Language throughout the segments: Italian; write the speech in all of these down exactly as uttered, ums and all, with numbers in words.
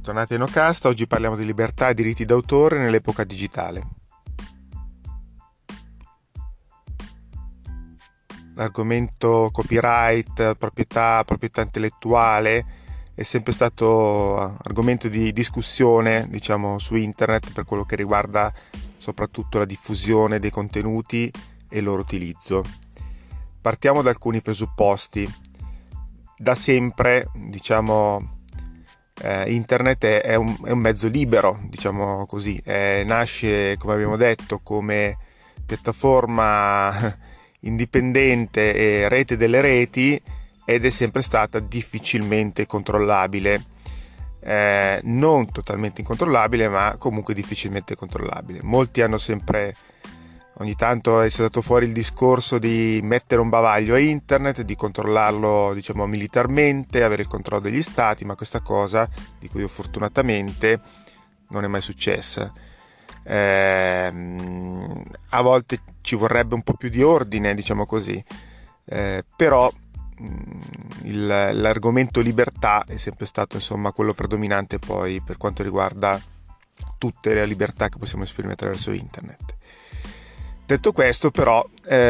bentornati a Enocast. Oggi parliamo di libertà e diritti d'autore nell'epoca digitale. L'argomento copyright, proprietà, proprietà intellettuale è sempre stato argomento di discussione, diciamo, su internet per quello che riguarda soprattutto la diffusione dei contenuti e il loro utilizzo. Partiamo da alcuni presupposti. Da sempre, diciamo, eh, internet è, è, un, è un mezzo libero, diciamo così, eh, nasce, come abbiamo detto, come piattaforma indipendente e rete delle reti ed è sempre stata difficilmente controllabile, eh, non totalmente incontrollabile, ma comunque difficilmente controllabile. Molti hanno sempre, ogni tanto è saltato fuori il discorso di mettere un bavaglio a internet, di controllarlo, diciamo, militarmente, avere il controllo degli stati, ma questa cosa, dico io fortunatamente, non è mai successa. Eh, a volte ci vorrebbe un po' più di ordine, diciamo così, eh, però mh, il, l'argomento libertà è sempre stato, insomma, quello predominante poi per quanto riguarda tutte le libertà che possiamo esprimere attraverso internet. Detto questo, però,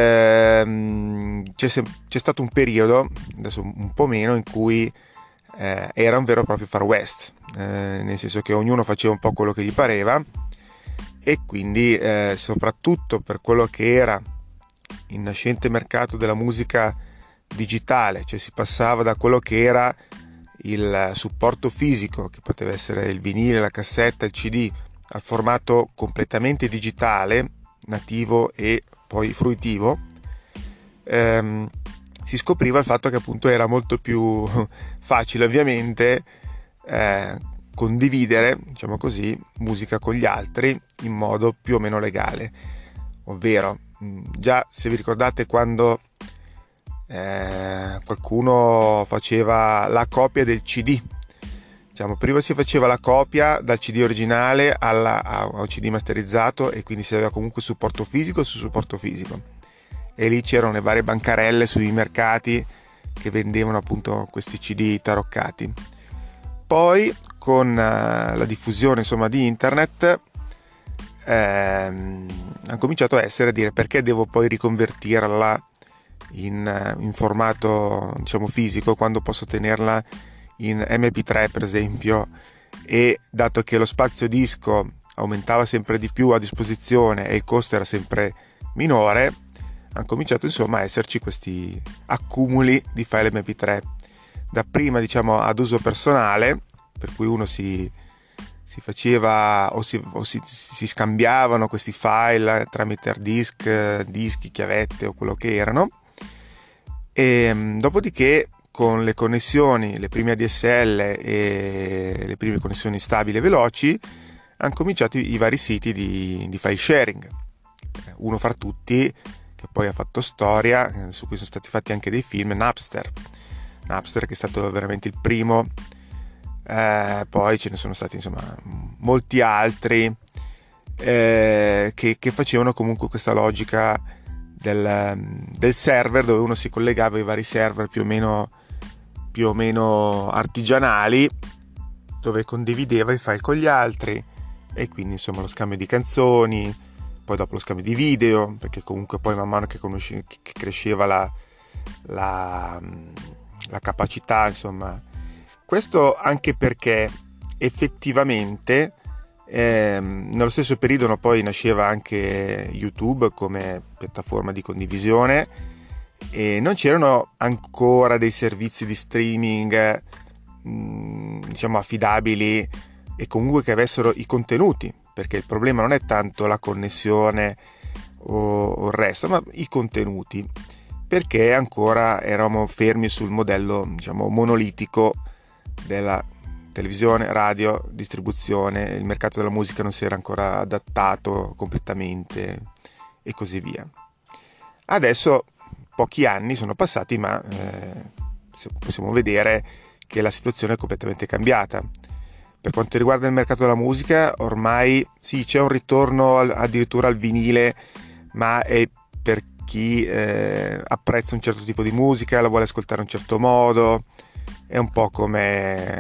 ehm, c'è, sem- c'è stato un periodo, adesso un po' meno, in cui eh, era un vero e proprio Far West, eh, nel senso che ognuno faceva un po' quello che gli pareva e quindi eh, soprattutto per quello che era il nascente mercato della musica digitale, cioè si passava da quello che era il supporto fisico, che poteva essere il vinile, la cassetta, il C D, al formato completamente digitale, nativo e poi fruitivo, ehm, si scopriva il fatto che appunto era molto più facile ovviamente eh, condividere, diciamo così, musica con gli altri in modo più o meno legale, ovvero già, se vi ricordate, quando eh, qualcuno faceva la copia del C D, diciamo, prima si faceva la copia dal C D originale alla, a un C D masterizzato e quindi si aveva comunque supporto fisico su supporto fisico, e lì c'erano le varie bancarelle sui mercati che vendevano appunto questi C D taroccati. Poi con uh, la diffusione, insomma, di internet ehm, hanno cominciato a essere a dire: perché devo poi riconvertirla in, in formato, diciamo, fisico quando posso tenerla in M P tre, per esempio, e dato che lo spazio disco aumentava sempre di più a disposizione e il costo era sempre minore, hanno cominciato, insomma, a esserci questi accumuli di file M P tre, dapprima, diciamo, ad uso personale, per cui uno si, si faceva o, si, o si, si scambiavano questi file tramite hard disk, dischi, chiavette o quello che erano, e dopodiché con le connessioni, le prime A D S L e le prime connessioni stabili e veloci, hanno cominciato i, i vari siti di, di file sharing. Uno fra tutti, che poi ha fatto storia, su cui sono stati fatti anche dei film, Napster. Napster, che è stato veramente il primo, eh, poi ce ne sono stati, insomma, molti altri eh, che, che facevano comunque questa logica del, del server, dove uno si collegava ai vari server più o meno più o meno artigianali, dove condivideva i file con gli altri, e quindi, insomma, lo scambio di canzoni, poi dopo lo scambio di video, perché comunque poi man mano che, conosce, che cresceva la, la, la capacità, insomma, questo anche perché effettivamente ehm, nello stesso periodo poi nasceva anche YouTube come piattaforma di condivisione, e non c'erano ancora dei servizi di streaming mh, diciamo affidabili e comunque che avessero i contenuti, perché il problema non è tanto la connessione o, o il resto, ma i contenuti, perché ancora eravamo fermi sul modello, diciamo, monolitico della televisione, radio, distribuzione. Il mercato della musica non si era ancora adattato completamente e così via. Adesso pochi anni sono passati, ma eh, possiamo vedere che la situazione è completamente cambiata. Per quanto riguarda il mercato della musica, ormai sì, c'è un ritorno al, addirittura al vinile, ma è per chi eh, apprezza un certo tipo di musica, la vuole ascoltare in un certo modo. È un po' come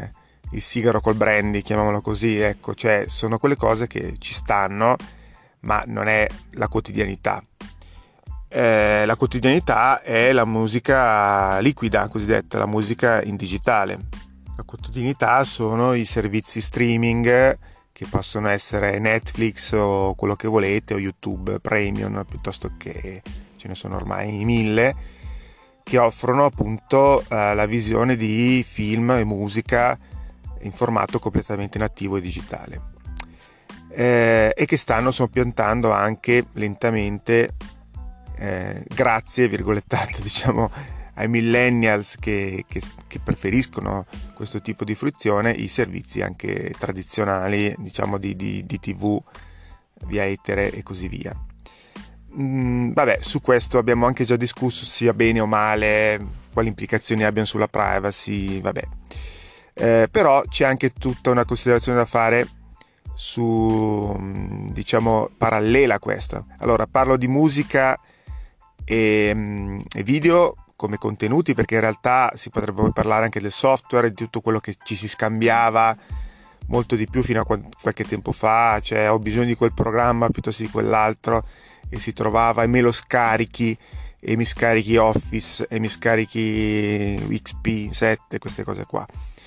il sigaro col brandy, chiamiamolo così, ecco, cioè sono quelle cose che ci stanno, ma non è la quotidianità. Eh, la quotidianità è la musica liquida, cosiddetta, la musica in digitale. La quotidianità sono i servizi streaming, che possono essere Netflix o quello che volete, o YouTube Premium, piuttosto che ce ne sono ormai mille, che offrono appunto eh, la visione di film e musica in formato completamente nativo e digitale, eh, e che stanno soppiantando anche lentamente, eh, grazie virgolettato diciamo ai millennials che, che, che preferiscono questo tipo di fruizione, i servizi anche tradizionali, diciamo di, di, di tivù via etere e così via. Mm, vabbè, su questo abbiamo anche già discusso, sia bene o male, quali implicazioni abbiano sulla privacy, vabbè. Eh, però c'è anche tutta una considerazione da fare su, diciamo, parallela a questa. Allora, parlo di musica e, e video come contenuti, perché in realtà si potrebbe poi parlare anche del software, di tutto quello che ci si scambiava molto di più fino a qualche tempo fa, cioè ho bisogno di quel programma piuttosto di quell'altro, e si trovava, e me lo scarichi, e mi scarichi Office, e mi scarichi X P sette, queste cose qua.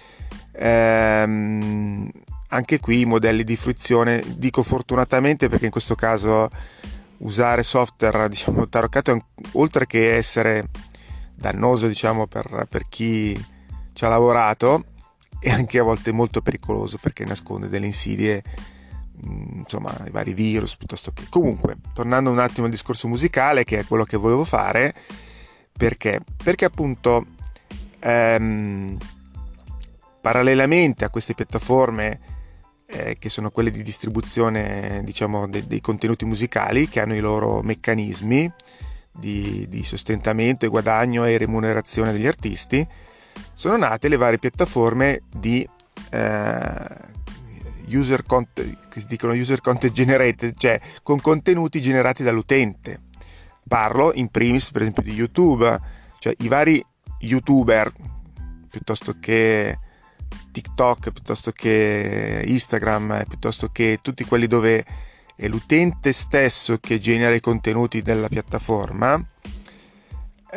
Ehm, anche qui i modelli di fruizione, dico fortunatamente, perché in questo caso usare software, diciamo, taroccato, oltre che essere dannoso, diciamo, per, per chi ci ha lavorato, è anche a volte molto pericoloso, perché nasconde delle insidie, insomma, i vari virus, piuttosto che... Comunque, tornando un attimo al discorso musicale, che è quello che volevo fare, perché? Perché appunto ehm, parallelamente a queste piattaforme, eh, che sono quelle di distribuzione, diciamo, de- dei contenuti musicali, che hanno i loro meccanismi di, di sostentamento e guadagno e remunerazione degli artisti, sono nate le varie piattaforme di eh, user content, che si dicono user content generated, cioè con contenuti generati dall'utente. Parlo in primis per esempio di YouTube, cioè i vari youtuber, piuttosto che TikTok, piuttosto che Instagram, piuttosto che tutti quelli dove è l'utente stesso che genera i contenuti della piattaforma, eh,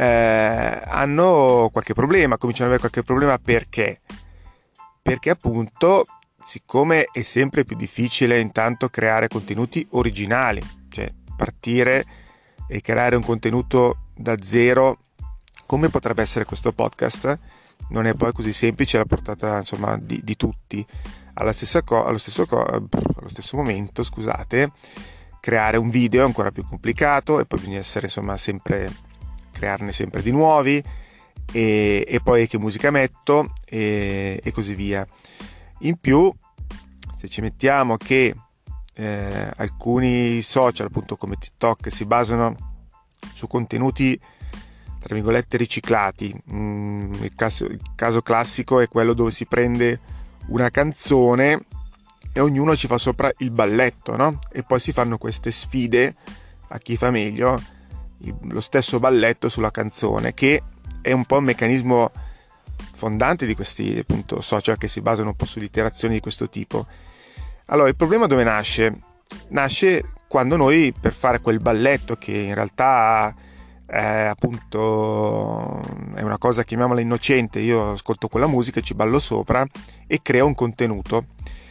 hanno qualche problema, cominciano ad avere qualche problema. Perché? Perché appunto, siccome è sempre più difficile intanto creare contenuti originali, cioè partire e creare un contenuto da zero, come potrebbe essere questo podcast, non è poi così semplice alla portata, insomma, di, di tutti. Alla stessa co- allo, stesso co- allo stesso momento, scusate, creare un video è ancora più complicato, e poi bisogna essere, insomma, sempre, crearne sempre di nuovi, e, e poi che musica metto, e, e così via. In più, se ci mettiamo che eh, alcuni social, appunto come TikTok, si basano su contenuti tra virgolette riciclati, mm, il, caso, il caso classico è quello dove si prende una canzone e ognuno ci fa sopra il balletto, no? E poi si fanno queste sfide a chi fa meglio il, lo stesso balletto sulla canzone, che è un po' un meccanismo fondante di questi, appunto, social che si basano un po' su interazioni di questo tipo. Allora, il problema dove nasce? Nasce quando noi, per fare quel balletto che in realtà eh, appunto è una cosa, chiamiamola innocente, io ascolto quella musica e ci ballo sopra e creo un contenuto.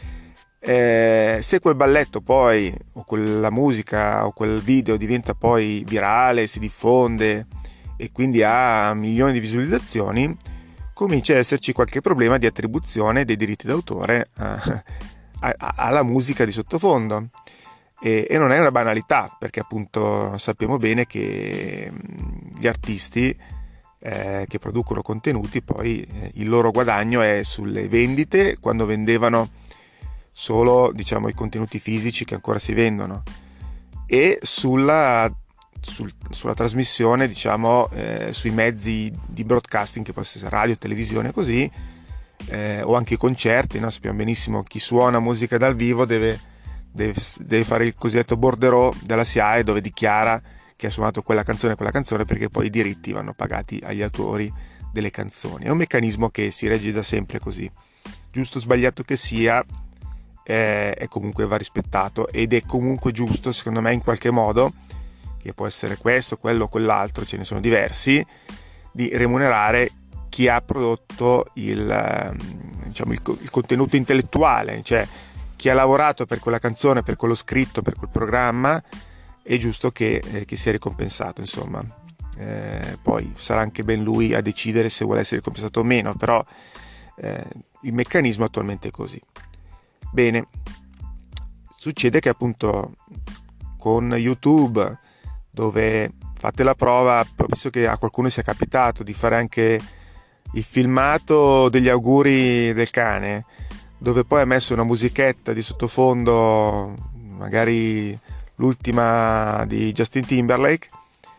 Eh, se quel balletto poi, o quella musica o quel video diventa poi virale, si diffonde e quindi ha milioni di visualizzazioni, comincia ad esserci qualche problema di attribuzione dei diritti d'autore a, a, alla musica di sottofondo. E, e non è una banalità, perché appunto sappiamo bene che gli artisti eh, che producono contenuti, poi eh, il loro guadagno è sulle vendite, quando vendevano solo, diciamo, i contenuti fisici che ancora si vendono, e sulla, sul, sulla trasmissione, diciamo, eh, sui mezzi di broadcasting, che può essere radio, televisione, così, eh, o anche i concerti, no? Sappiamo benissimo chi suona musica dal vivo deve Deve, deve fare il cosiddetto bordereau della S I A E, dove dichiara che ha suonato quella canzone e quella canzone, perché poi i diritti vanno pagati agli autori delle canzoni. È un meccanismo che si regge da sempre così, giusto o sbagliato che sia, eh, è comunque va rispettato, ed è comunque giusto, secondo me, in qualche modo, che può essere questo, quello o quell'altro, ce ne sono diversi, di remunerare chi ha prodotto il, diciamo, il, il contenuto intellettuale, cioè chi ha lavorato per quella canzone, per quello scritto, per quel programma. È giusto che, eh, che sia ricompensato, insomma. Eh, poi sarà anche ben lui a decidere se vuole essere ricompensato o meno, però eh, il meccanismo attualmente è così. Bene, succede che appunto con YouTube, dove fate la prova, penso che a qualcuno sia capitato di fare anche il filmato degli auguri del cane, dove poi ha messo una musichetta di sottofondo, magari l'ultima di Justin Timberlake,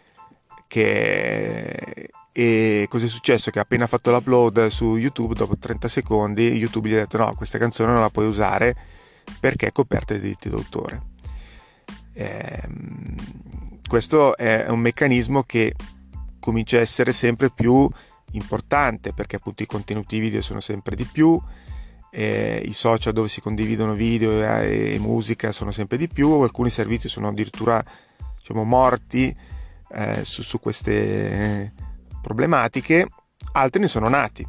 che e cos'è successo? Che appena fatto l'upload su YouTube, dopo trenta secondi YouTube gli ha detto no, questa canzone non la puoi usare perché è coperta di diritti d'autore. Ehm, questo è un meccanismo che comincia a essere sempre più importante, perché appunto i contenuti video sono sempre di più, eh, i social dove si condividono video e, e musica sono sempre di più, alcuni servizi sono addirittura, diciamo, morti eh, su, su queste problematiche, altri ne sono nati,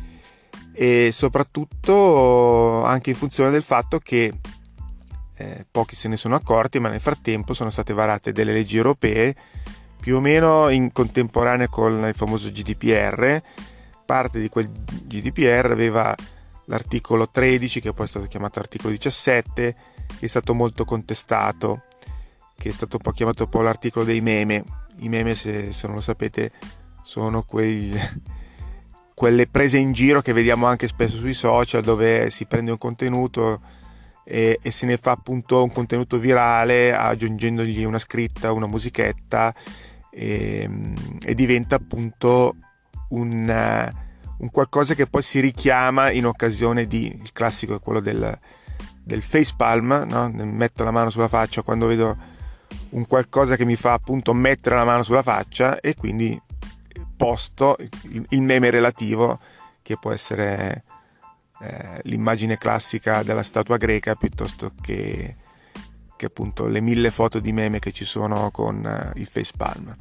e soprattutto anche in funzione del fatto che eh, pochi se ne sono accorti, ma nel frattempo sono state varate delle leggi europee più o meno in contemporanea con il famoso G D P R. Parte di quel G D P R aveva l'articolo tredici, che poi è stato chiamato articolo diciassette, che è stato molto contestato, che è stato un po' chiamato poi l'articolo dei meme. I meme, se, se non lo sapete, sono quei, quelle prese in giro che vediamo anche spesso sui social, dove si prende un contenuto e, e se ne fa appunto un contenuto virale, aggiungendogli una scritta, una musichetta, e, e diventa appunto un, un qualcosa che poi si richiama in occasione di, il classico è quello del, del facepalm, no? Metto la mano sulla faccia quando vedo un qualcosa che mi fa appunto mettere la mano sulla faccia, e quindi posto il, il meme relativo, che può essere eh, l'immagine classica della statua greca, piuttosto che, che appunto le mille foto di meme che ci sono con uh, il facepalm.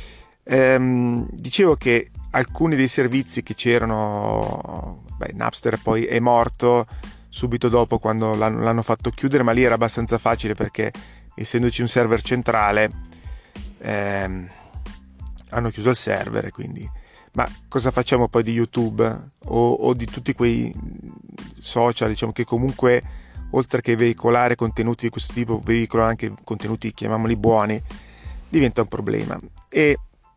Ehm, dicevo che alcuni dei servizi che c'erano, beh, Napster poi è morto subito dopo, quando l'hanno, l'hanno fatto chiudere, ma lì era abbastanza facile perché, essendoci un server centrale, ehm, hanno chiuso il server, e quindi ma cosa facciamo poi di YouTube o, o di tutti quei social, diciamo, che comunque oltre che veicolare contenuti di questo tipo veicolano anche contenuti, chiamiamoli buoni, diventa un problema. E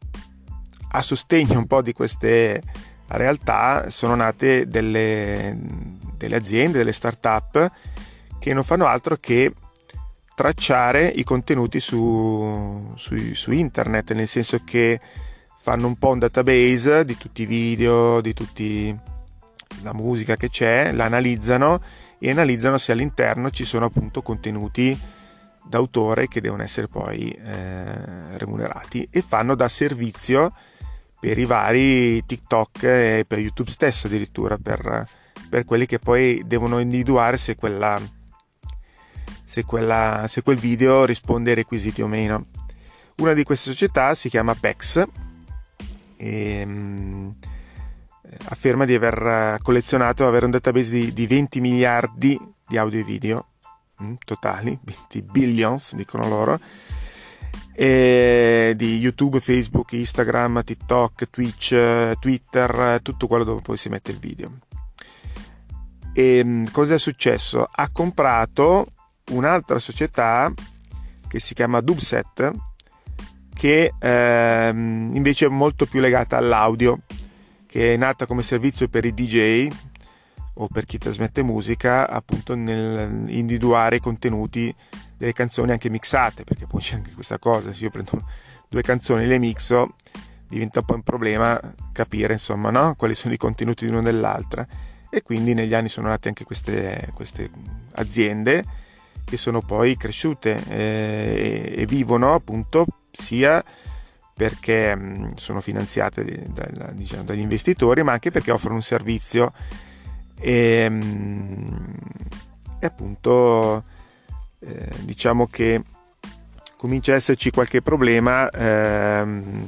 a sostegno un po' di queste realtà sono nate delle, delle aziende, delle start-up che non fanno altro che tracciare i contenuti su, su, su internet, nel senso che fanno un po' un database di tutti i video, di tutti la musica che c'è, la analizzano e analizzano se all'interno ci sono appunto contenuti d'autore che devono essere poi eh, remunerati, e fanno da servizio per i vari TikTok e per YouTube stesso, addirittura per, per quelli che poi devono individuare se quella se, quella, se quel video risponde ai requisiti o meno. Una di queste società si chiama Pex e mh, afferma di aver collezionato, avere un database di, di venti miliardi di audio e video mh, totali, venti billions dicono loro, e di YouTube, Facebook, Instagram, TikTok, Twitch, Twitter, tutto quello dove poi si mette il video. E cosa è successo? Ha comprato un'altra società che si chiama Dubset, che ehm, invece è molto più legata all'audio, che è nata come servizio per i D J o per chi trasmette musica, appunto nel individuare i contenuti delle canzoni anche mixate, perché poi c'è anche questa cosa: se io prendo due canzoni e le mixo diventa un po' un problema capire, insomma, no? Quali sono i contenuti di una e dell'altra. E quindi negli anni sono nate anche queste, queste aziende che sono poi cresciute eh, e, e vivono appunto sia perché mh, sono finanziate da, da, diciamo, dagli investitori, ma anche perché offrono un servizio e, e appunto eh, diciamo che comincia a esserci qualche problema, ehm,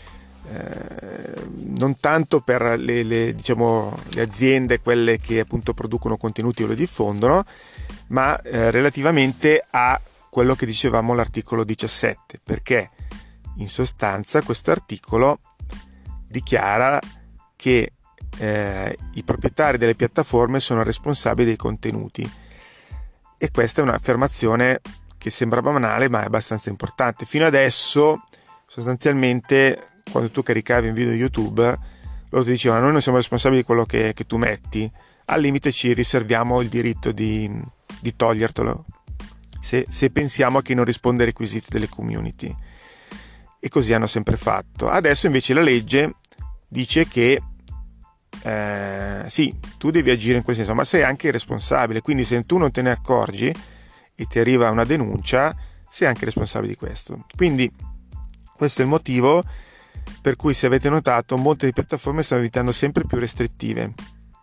eh, non tanto per le, le, diciamo, le aziende, quelle che appunto producono contenuti o lo diffondono, ma eh, relativamente a quello che dicevamo l'articolo diciassette, perché in sostanza questo articolo dichiara che eh, i proprietari delle piattaforme sono responsabili dei contenuti, e questa è un'affermazione che sembra banale ma è abbastanza importante. Fino adesso sostanzialmente quando tu caricavi un video YouTube loro ti dicevano: noi non siamo responsabili di quello che, che tu metti, al limite ci riserviamo il diritto di, di togliertelo se, se pensiamo che non risponde ai requisiti delle community, e così hanno sempre fatto. Adesso invece la legge dice che eh, sì, tu devi agire in questo senso, ma sei anche responsabile, quindi se tu non te ne accorgi e ti arriva una denuncia, sei anche responsabile di questo. Quindi questo è il motivo per cui, se avete notato, molte piattaforme stanno diventando sempre più restrittive.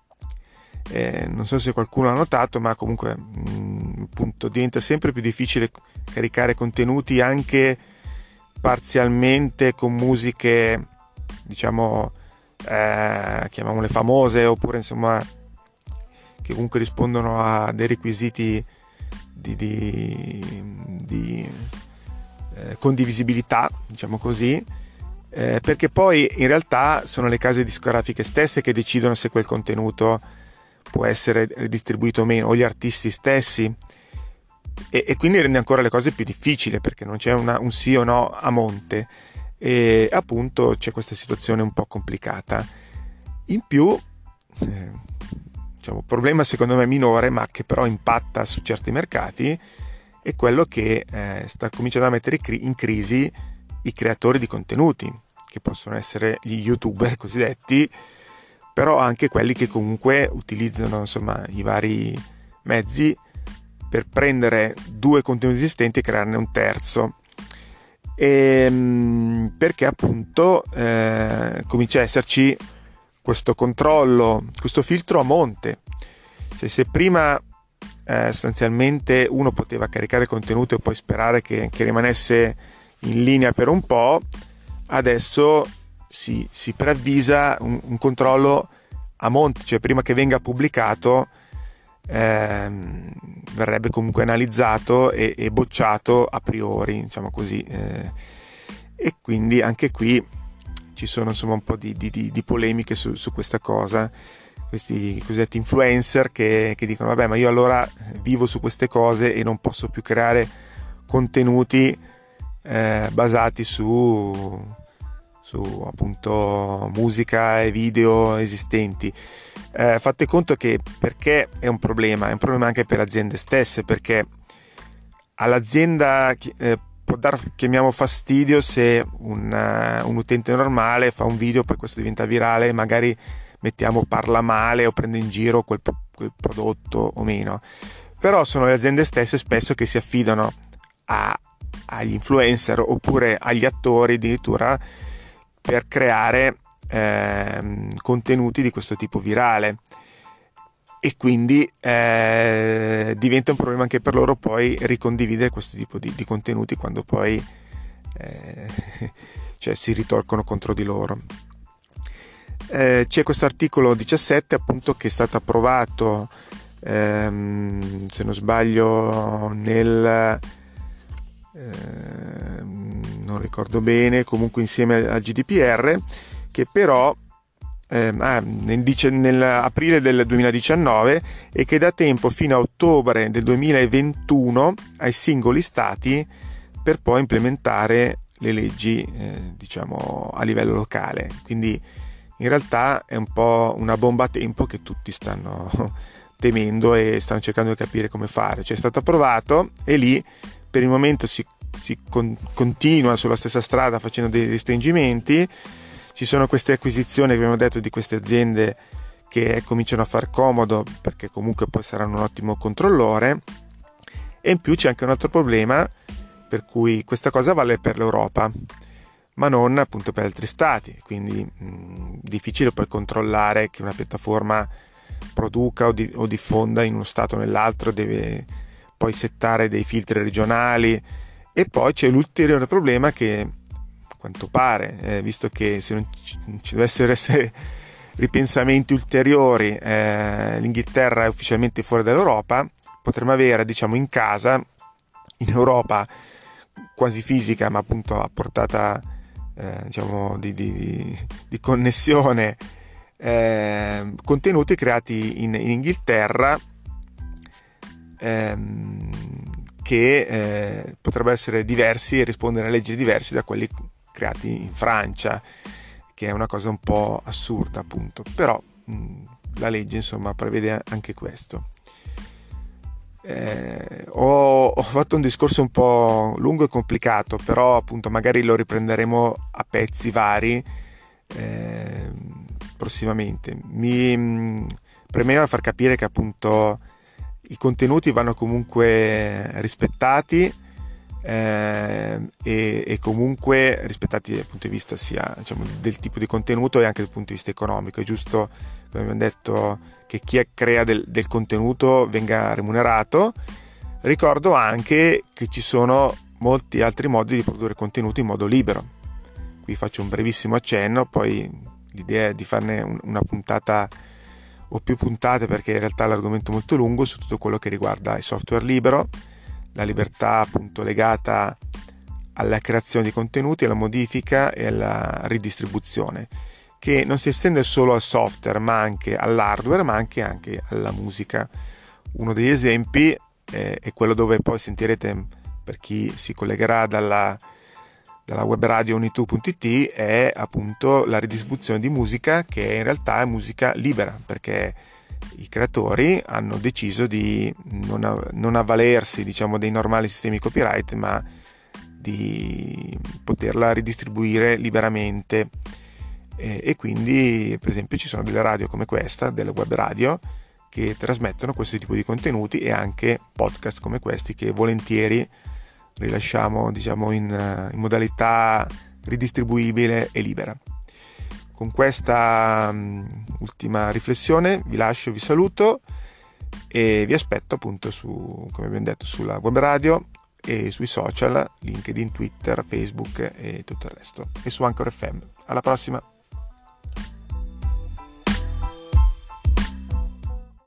Eh, non so se qualcuno l'ha notato, ma comunque mh, appunto diventa sempre più difficile caricare contenuti anche parzialmente con musiche, diciamo, eh, chiamiamole famose, oppure insomma che comunque rispondono a dei requisiti di, di, di eh, condivisibilità, diciamo così, eh, perché poi in realtà sono le case discografiche stesse che decidono se quel contenuto può essere distribuito o meno, o gli artisti stessi, e, e quindi rende ancora le cose più difficili, perché non c'è una, un sì o no a monte, e appunto c'è questa situazione un po' complicata. In più eh, diciamo, problema secondo me minore, ma che però impatta su certi mercati, è quello che eh, sta cominciando a mettere in crisi i creatori di contenuti, che possono essere gli youtuber cosiddetti, però anche quelli che comunque utilizzano insomma i vari mezzi per prendere due contenuti esistenti e crearne un terzo, e, perché appunto eh, comincia a esserci questo controllo, questo filtro a monte. Se, se prima eh, sostanzialmente uno poteva caricare contenuto e poi sperare che, che rimanesse in linea per un po', adesso si, si preavvisa un, un controllo a monte, cioè prima che venga pubblicato ehm, verrebbe comunque analizzato e, e bocciato a priori, diciamo così, eh, e quindi anche qui ci sono insomma un po' di, di, di polemiche su, su questa cosa, questi cosiddetti influencer che, che dicono: vabbè, ma io allora vivo su queste cose e non posso più creare contenuti eh, basati su, su appunto musica e video esistenti. Eh, fate conto che, perché è un problema, è un problema anche per le aziende stesse, perché all'azienda eh, può dar, chiamiamo fastidio se un, uh, un utente normale fa un video, poi questo diventa virale, magari mettiamo parla male o prende in giro quel, quel prodotto o meno, però sono le aziende stesse spesso che si affidano a, agli influencer oppure agli attori addirittura per creare eh, contenuti di questo tipo virale, e quindi eh, diventa un problema anche per loro poi ricondividere questo tipo di, di contenuti quando poi eh, cioè si ritorcono contro di loro. Eh, c'è questo articolo diciassette appunto che è stato approvato ehm, se non sbaglio nel eh, non ricordo bene, comunque insieme al G D P R, che però eh, ah, nell'aprile del duemiladiciannove, e che dà tempo fino a ottobre del duemilaventuno ai singoli stati per poi implementare le leggi eh, diciamo a livello locale. Quindi in realtà è un po' una bomba a tempo che tutti stanno temendo e stanno cercando di capire come fare. Cioè è stato approvato e lì per il momento si, si con, continua sulla stessa strada facendo dei restringimenti. Ci sono queste acquisizioni che abbiamo detto di queste aziende che cominciano a far comodo, perché comunque poi saranno un ottimo controllore, e in più c'è anche un altro problema, per cui questa cosa vale per l'Europa ma non appunto per altri stati, quindi mh, difficile poi controllare che una piattaforma produca o, di, o diffonda in uno stato o nell'altro, deve poi settare dei filtri regionali. E poi c'è l'ulteriore problema che, a quanto pare, eh, visto che se non ci, non ci dovessero essere ripensamenti ulteriori, eh, l'Inghilterra è ufficialmente fuori dall'Europa, potremmo avere, diciamo, in casa, in Europa quasi fisica, ma appunto a portata eh, diciamo di, di, di connessione, eh, contenuti creati in, in Inghilterra ehm, che eh, potrebbero essere diversi e rispondere a leggi diverse da quelli creati in Francia, che è una cosa un po' assurda, appunto, però mh, la legge insomma prevede anche questo. Eh, ho, ho fatto un discorso un po' lungo e complicato, però appunto magari lo riprenderemo a pezzi vari eh, prossimamente. Mi mh, premeva far capire che appunto i contenuti vanno comunque rispettati eh, e, e comunque rispettati dal punto di vista sia, diciamo, del tipo di contenuto e anche dal punto di vista economico. È giusto, come abbiamo detto, che chi crea del, del contenuto venga remunerato. Ricordo anche che ci sono molti altri modi di produrre contenuti in modo libero. Qui faccio un brevissimo accenno, poi l'idea è di farne un, una puntata o più puntate, perché in realtà l'argomento è molto lungo, su tutto quello che riguarda il software libero, la libertà appunto legata alla creazione di contenuti, alla modifica e alla ridistribuzione, che non si estende solo al software ma anche all'hardware, ma anche, anche alla musica. Uno degli esempi eh, è quello dove poi sentirete, per chi si collegherà dalla, dalla web radio unitu punto it, è appunto la ridistribuzione di musica, che in realtà è musica libera, perché i creatori hanno deciso di non, av- non avvalersi, diciamo, dei normali sistemi copyright, ma di poterla ridistribuire liberamente. E quindi, per esempio, ci sono delle radio come questa, delle web radio, che trasmettono questo tipo di contenuti, e anche podcast come questi che volentieri rilasciamo, diciamo, in, in modalità ridistribuibile e libera. Con questa um, ultima riflessione vi lascio, vi saluto e vi aspetto appunto su, come abbiamo detto, sulla web radio e sui social, LinkedIn, Twitter, Facebook e tutto il resto, e su Anchor F M. Alla prossima!